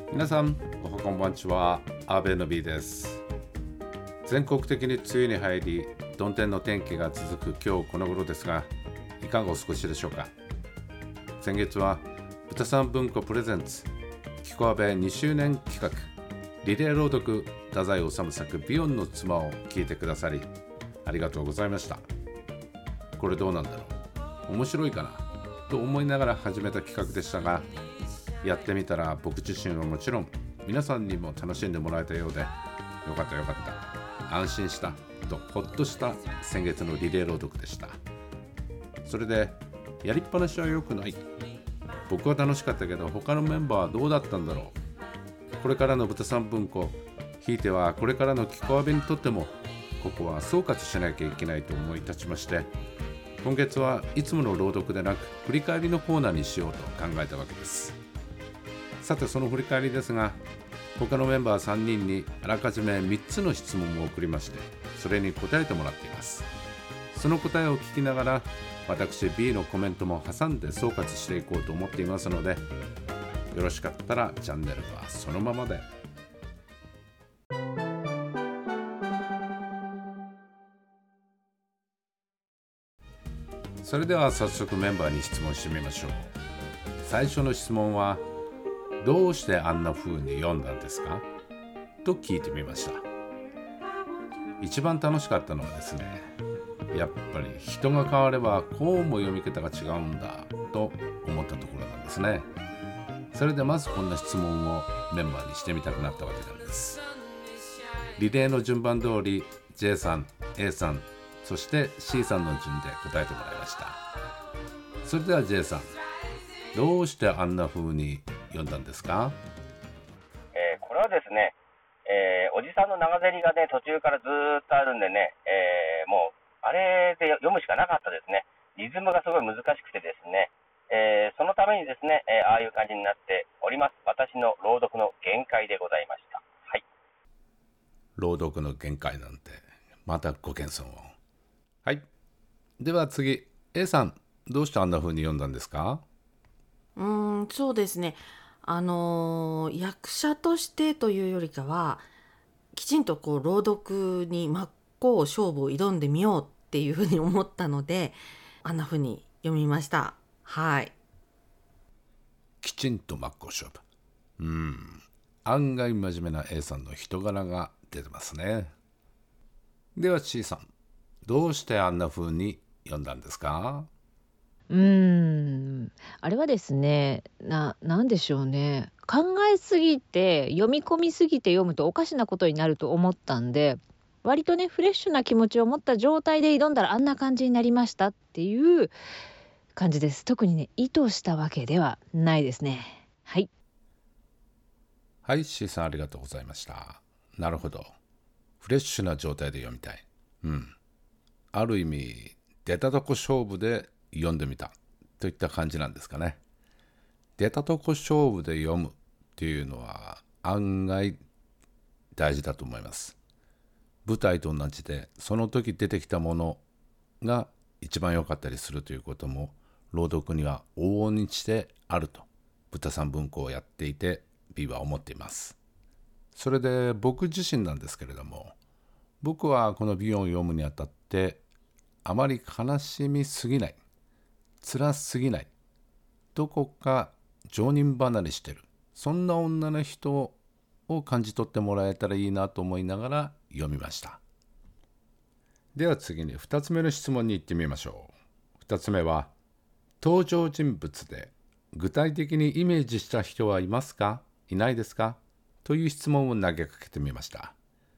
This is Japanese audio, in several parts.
皆さんおはこんばんちは、阿部の B です。全国的に梅雨に入り、曇天の天気が続く今日この頃ですが、いかがお過ごしでしょうか。先月は豚さん文庫プレゼンツきこあべ2周年企画リレー朗読太宰治作ビヨンの妻を聞いてくださりありがとうございました。これどうなんだろう、面白いかなと思いながら始めた企画でしたが、やってみたら僕自身はもちろん皆さんにも楽しんでもらえたようで、よかったよかった、安心したとほっとした先月のリレー朗読でした。それでやりっぱなしは良くない、僕は楽しかったけど他のメンバーはどうだったんだろう。これからの豚さん文庫、ひいてはこれからのきこあべにとってもここは総括しなきゃいけないと思い立ちまして、今月はいつもの朗読でなく振り返りのコーナーにしようと考えたわけです。さてその振り返りですが、他のメンバー3人にあらかじめ3つの質問を送りまして、それに答えてもらっています。その答えを聞きながら私 B のコメントも挟んで総括していこうと思っていますので、よろしかったらチャンネルはそのままで。それでは早速メンバーに質問してみましょう。最初の質問は、どうしてあんな風に読んだんですかと聞いてみました。一番楽しかったのはですね、やっぱり人が変わればこうも読み方が違うんだと思ったところなんですね。それでまずこんな質問をメンバーにしてみたくなったわけなんです。リレーの順番通り J さん、A さん、そして C さんの順で答えてもらいました。それでは J さん、どうしてあんな風に読んだんですか？ これはですね、おじさんの長ゼリがね、途中からずっとあるんでね、もう、あれで読むしかなかったですね。リズムがすごい難しくてですね、そのためにですね、ああいう感じになっております。私の朗読の限界でございました。はい。 朗読の限界なんて、またご謙遜を。はい。では次、A さん、どうしてあんな風に読んだんですか？ そうですね。役者としてというよりかは、きちんとこう朗読に真っ向勝負を挑んでみようっていうふうに思ったので、あんなふうに読みました。はい。 きちんと真っ向勝負。案外真面目な A さんの人柄が出てますね。では C さん、どうしてあんな風に読んだんですか？ うーん、あれはですね、なんでしょうね。考えすぎて、読み込みすぎて読むとおかしなことになると思ったんで、割とね、フレッシュな気持ちを持った状態で挑んだらあんな感じになりましたっていう感じです。特にね、意図したわけではないですね。はい。 はい、C さんありがとうございました。なるほど。フレッシュな状態で読みたい。ある意味、出たとこ勝負で読んでみたといった感じなんですかね。出たとこ勝負で読むっていうのは案外大事だと思います。舞台と同じでその時出てきたものが一番良かったりするということも朗読には往々にしてあると豚さん文庫をやっていて B は思っています。それで僕自身なんですけれども、僕はこの美を読むにあたってあまり悲しみすぎない、辛すぎない、どこか情人離れしてる、そんな女の人を感じ取ってもらえたらいいなと思いながら読みました。では次に2つ目の質問に行ってみましょう。2つ目は、登場人物で具体的にイメージした人はいますか、いないですかという質問を投げかけてみました。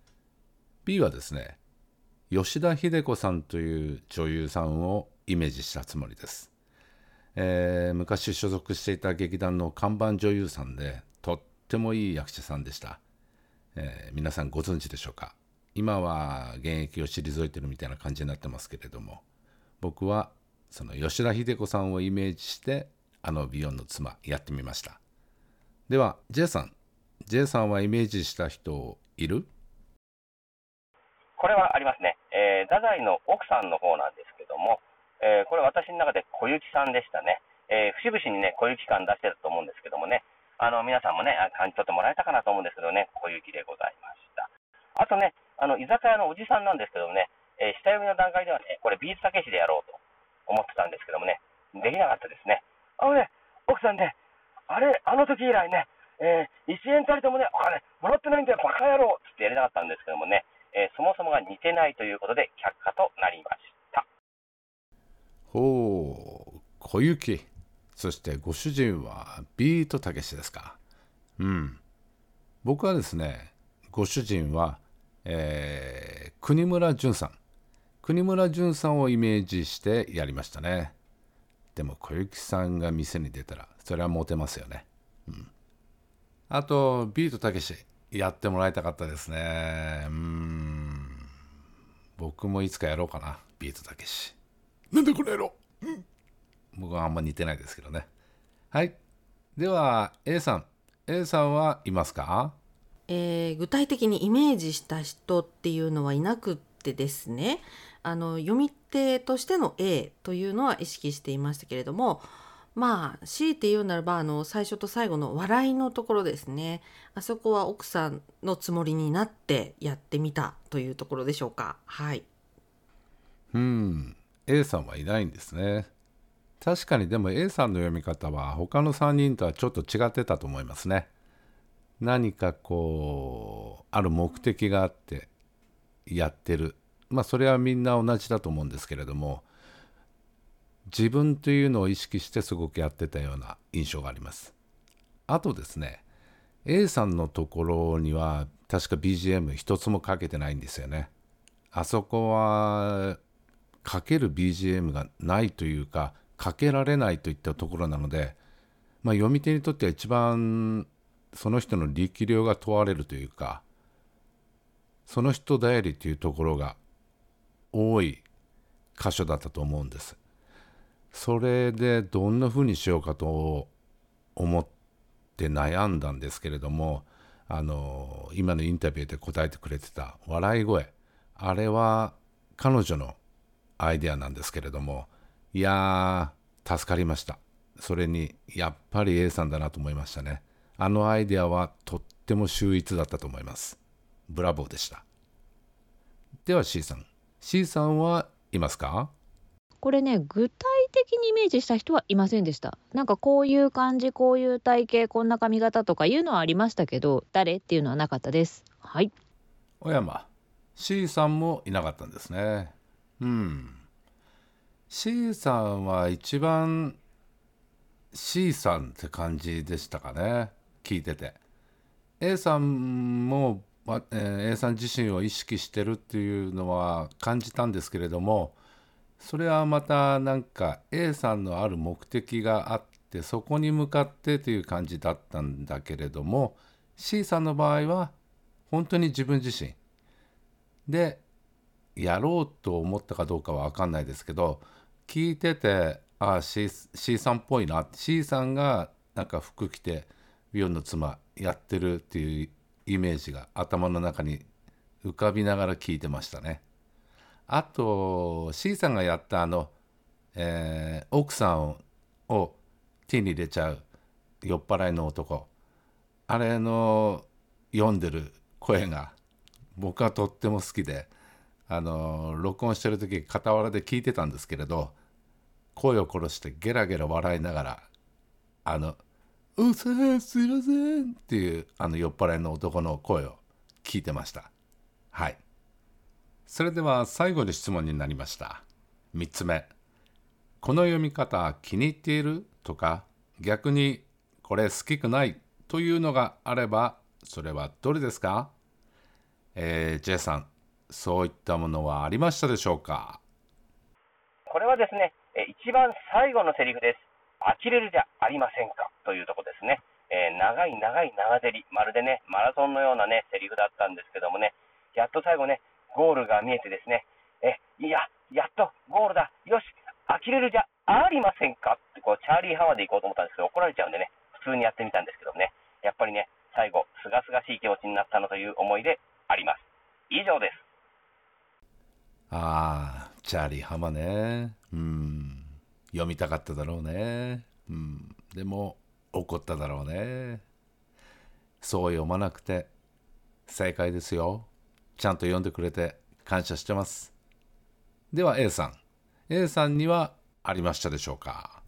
B はですね、吉田秀子さんという女優さんをイメージしたつもりです。昔所属していた劇団の看板女優さんで、とってもいい役者さんでした。皆さんご存知でしょうか。今は現役を退いてるみたいな感じになってますけれども、僕はその吉田秀子さんをイメージしてあのビヨンの妻やってみました。では J さん、 J さんはイメージした人いる？ これはありますね。太宰の奥さんの方なんですけども、これ私の中で小雪さんでしたね。節々にね、小雪感出してると思うんですけどもね、 皆さんもね、感じ取ってもらえたかなと思うんですけどね、小雪でございました。あとね、居酒屋のおじさんなんですけどもね、下読みの段階ではね、これビーズたけしでやろうと思ってたんですけどもね、できなかったですね。奥さんね、あの時以来ね、1円たりともね、お金もらってないんだよ、バカ野郎ってやれなかったんですけどもね、そもそもが似てないということで却下となりました。 ほう、小雪。そしてご主人はビートたけしですか。僕はですね、ご主人は、国村淳さん。国村淳さんをイメージしてやりましたね。でも小雪さんが店に出たら、それはモテますよね。あと、ビートたけし、やってもらいたかったですね。僕もいつかやろうかな、ビートたけし。なんでこれやろう、僕はあんま似てないですけどね。はい。では A さんはいますか？ 具体的にイメージした人っていうのはいなくってですね、読み手としての A というのは意識していましたけれども、まあ強いて言うならば最初と最後の笑いのところですね。あそこは奥さんのつもりになってやってみたというところでしょうか。はい。 A さんはいないんですね。確かにでも A さんの読み方は他の3人とはちょっと違ってたと思いますね。何かある目的があってやってる。それはみんな同じだと思うんですけれども、自分というのを意識してすごくやってたような印象があります。あとですね、A さんのところには確か BGM 一つもかけてないんですよね。あそこはかける BGM がないというか、かけられないといったところなので、読み手にとっては一番その人の力量が問われるというか、その人頼りというところが多い箇所だったと思うんです。それでどんな風にしようかと思って悩んだんですけれども、今のインタビューで答えてくれてた笑い声、あれは彼女のアイデアなんですけれども、いやー助かりました。それにやっぱり A さんだなと思いましたね。あのアイデアはとっても秀逸だったと思います。ブラボーでした。では C さんはいますか？ これね、具体的にイメージした人はいませんでした。なんかこういう感じ、こういう体型、こんな髪型とかいうのはありましたけど、誰っていうのはなかったです。はい。 小山 C さんもいなかったんですね。C さんは一番 C さんって感じでしたかね、聞いてて。 A さんも、A さん自身を意識してるっていうのは感じたんですけれども、それはまたなんか A さんのある目的があってそこに向かってという感じだったんだけれども、 C さんの場合は本当に自分自身でやろうと思ったかどうかは分かんないですけど、聞いててC さんっぽいな、 C さんがなんか服着てビヨンの妻やってるっていうイメージが頭の中に浮かびながら聞いてましたね。あと C さんがやった奥さんを手に入れちゃう酔っ払いの男、あれの読んでる声が僕はとっても好きで、録音してる時傍らで聞いてたんですけれど、声を殺してゲラゲラ笑いながらうさすいませんっていう酔っ払いの男の声を聞いてました。はい。それでは最後の質問になりました。3つ目。この読み方気に入っているとか、逆にこれ好きくないというのがあれば、それはどれですか？J さん、そういったものはありましたでしょうか？ これはですね、一番最後のセリフです。呆れるじゃありませんかというとこですね。長い長い長ゼリ、まるでね、マラソンのようなね、セリフだったんですけどもね、やっと最後ね、ゴールが見えてですね、やっとゴールだ、よし、呆れるじゃありませんかってチャーリーハワーで行こうと思ったんですけど、怒られちゃうんでね、普通にやってみたんですけどね、やっぱりね、最後、すがすがしい気持ちになったのという思いであります。以上です。 チャーリーハマね。読みたかっただろうね。でも怒っただろうね。 そう読まなくて正解ですよ。ちゃんと読んでくれて感謝してます。では A さんにはありましたでしょうか？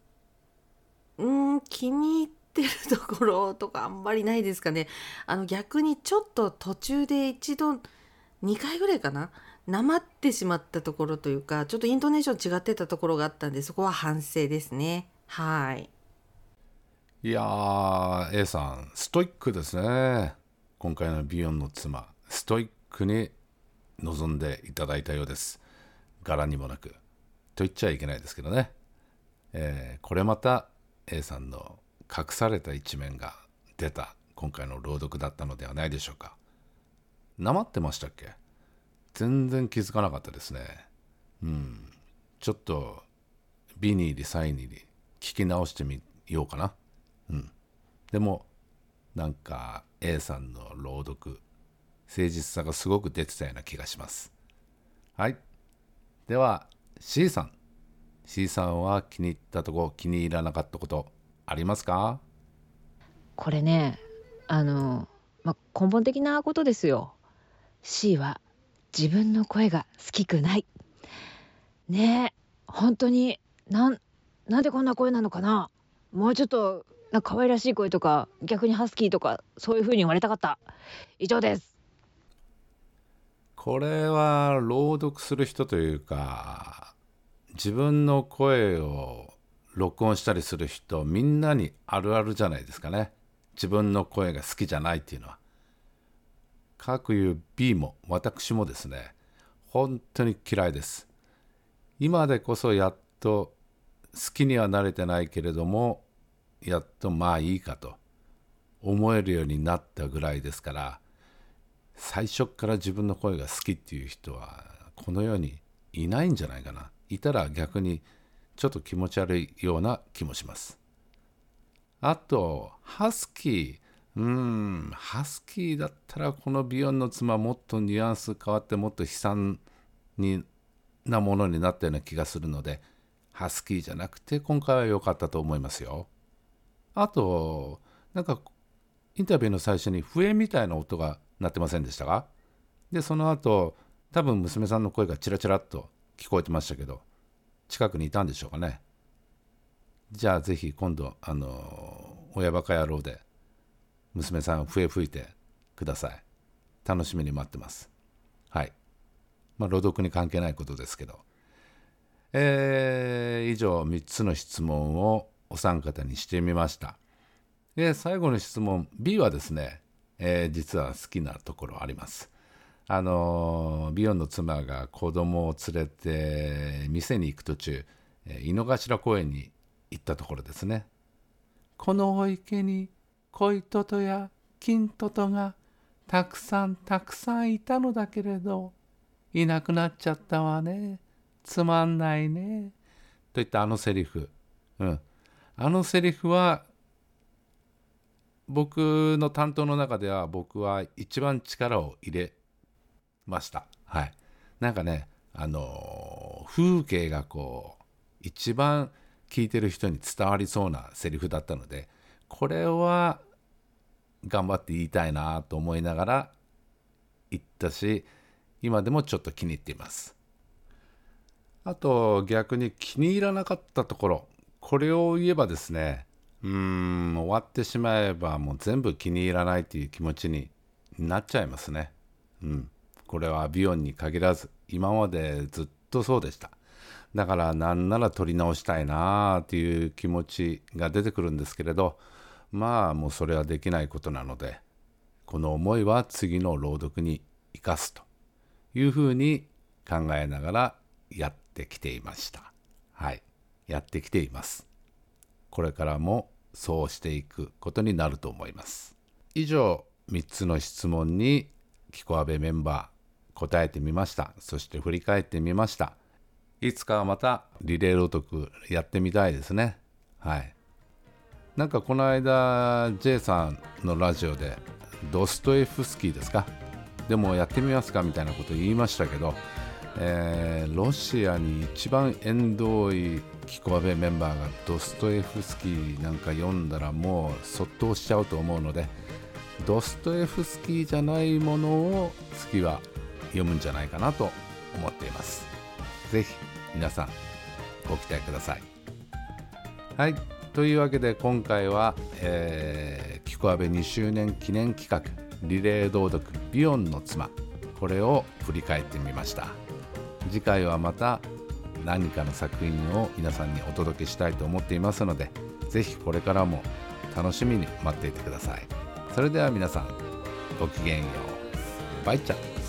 気に入ってるところとかあんまりないですかね。逆にちょっと途中で一度2回ぐらいかな、なまってしまったところというか、ちょっとイントネーション違ってたところがあったんで、そこは反省ですね。はい。 いやー A さんストイックですね。今回のビヨンの妻、ストイックに臨んでいただいたようです。柄にもなくと言っちゃいけないですけどね、これまた A さんの隠された一面が出た今回の朗読だったのではないでしょうか。なまってましたっけ？全然気づかなかったですね。ちょっとビニーリサイニーに聞き直してみようかな。でもなんか A さんの朗読、誠実さがすごく出てたような気がします。はい。では C さんは気に入ったとこ、気に入らなかったことありますか？ これね、根本的なことですよ。C は自分の声が好きくないね。本当になんでこんな声なのかな。もうちょっと可愛らしい声とか、逆にハスキーとか、そういう風に言われたかった。以上です。 これは朗読する人というか、自分の声を録音したりする人、みんなにあるあるじゃないですかね。自分の声が好きじゃないっていうのは。各いう B も私もですね、本当に嫌いです。今でこそやっと好きにはなれてないけれども、やっとまあいいかと思えるようになったぐらいですから、最初から自分の声が好きっていう人はこの世にいないんじゃないかな。いたら逆にちょっと気持ち悪いような気もします。あとハスキー、ハスキーだったらこのビヨンの妻もっとニュアンス変わってもっと悲惨なものになったような気がするので、ハスキーじゃなくて今回は良かったと思いますよ。あとなんかインタビューの最初に笛みたいな音が鳴ってませんでしたか？でその後多分娘さんの声がチラチラっと聞こえてましたけど、近くにいたんでしょうかね。じゃあぜひ今度親バカ野郎で娘さん笛吹いてください。楽しみに待ってます。はい。朗読に関係ないことですけど、以上3つの質問をお三方にしてみました。最後の質問 B はですね、実は好きなところあります。ビヨンの妻が子供を連れて店に行く途中、井の頭公園に行ったところですね。このお池に恋トトや金トトがたくさんいたのだけれどいなくなっちゃったわね、つまんないねといったセリフ、セリフは僕の担当の中では僕は一番力を入れました。はい。なんかね、風景が一番聞いてる人に伝わりそうなセリフだったので、これは頑張って言いたいなと思いながら言ったし、今でもちょっと気に入っています。あと逆に気に入らなかったところ、これを言えばですね、終わってしまえばもう全部気に入らないという気持ちになっちゃいますね。これはビヨンに限らず今までずっとそうでした。だからなんなら撮り直したいなという気持ちが出てくるんですけれど、もうそれはできないことなので、この思いは次の朗読に生かすというふうに考えながらやってきていました。はい、やってきています。これからもそうしていくことになると思います。以上3つの質問にキコアベメンバー答えてみました。そして振り返ってみました。いつかはまたリレー朗読やってみたいですね。はい。なんかこの間 J さんのラジオでドストエフスキーですか、でもやってみますかみたいなこと言いましたけど、ロシアに一番縁遠いキコアベメンバーがドストエフスキーなんか読んだらもうそっとしちゃうと思うので、 ドストエフスキーじゃないものを次は読むんじゃないかなと思っています。ぜひ皆さんご期待ください。はい、というわけで今回は、キコアベ2周年記念企画リレー朗読ビヨンの妻、これを振り返ってみました。次回はまた何かの作品を皆さんにお届けしたいと思っていますので、ぜひこれからも楽しみに待っていてください。それでは皆さんごきげんよう。バイチャ。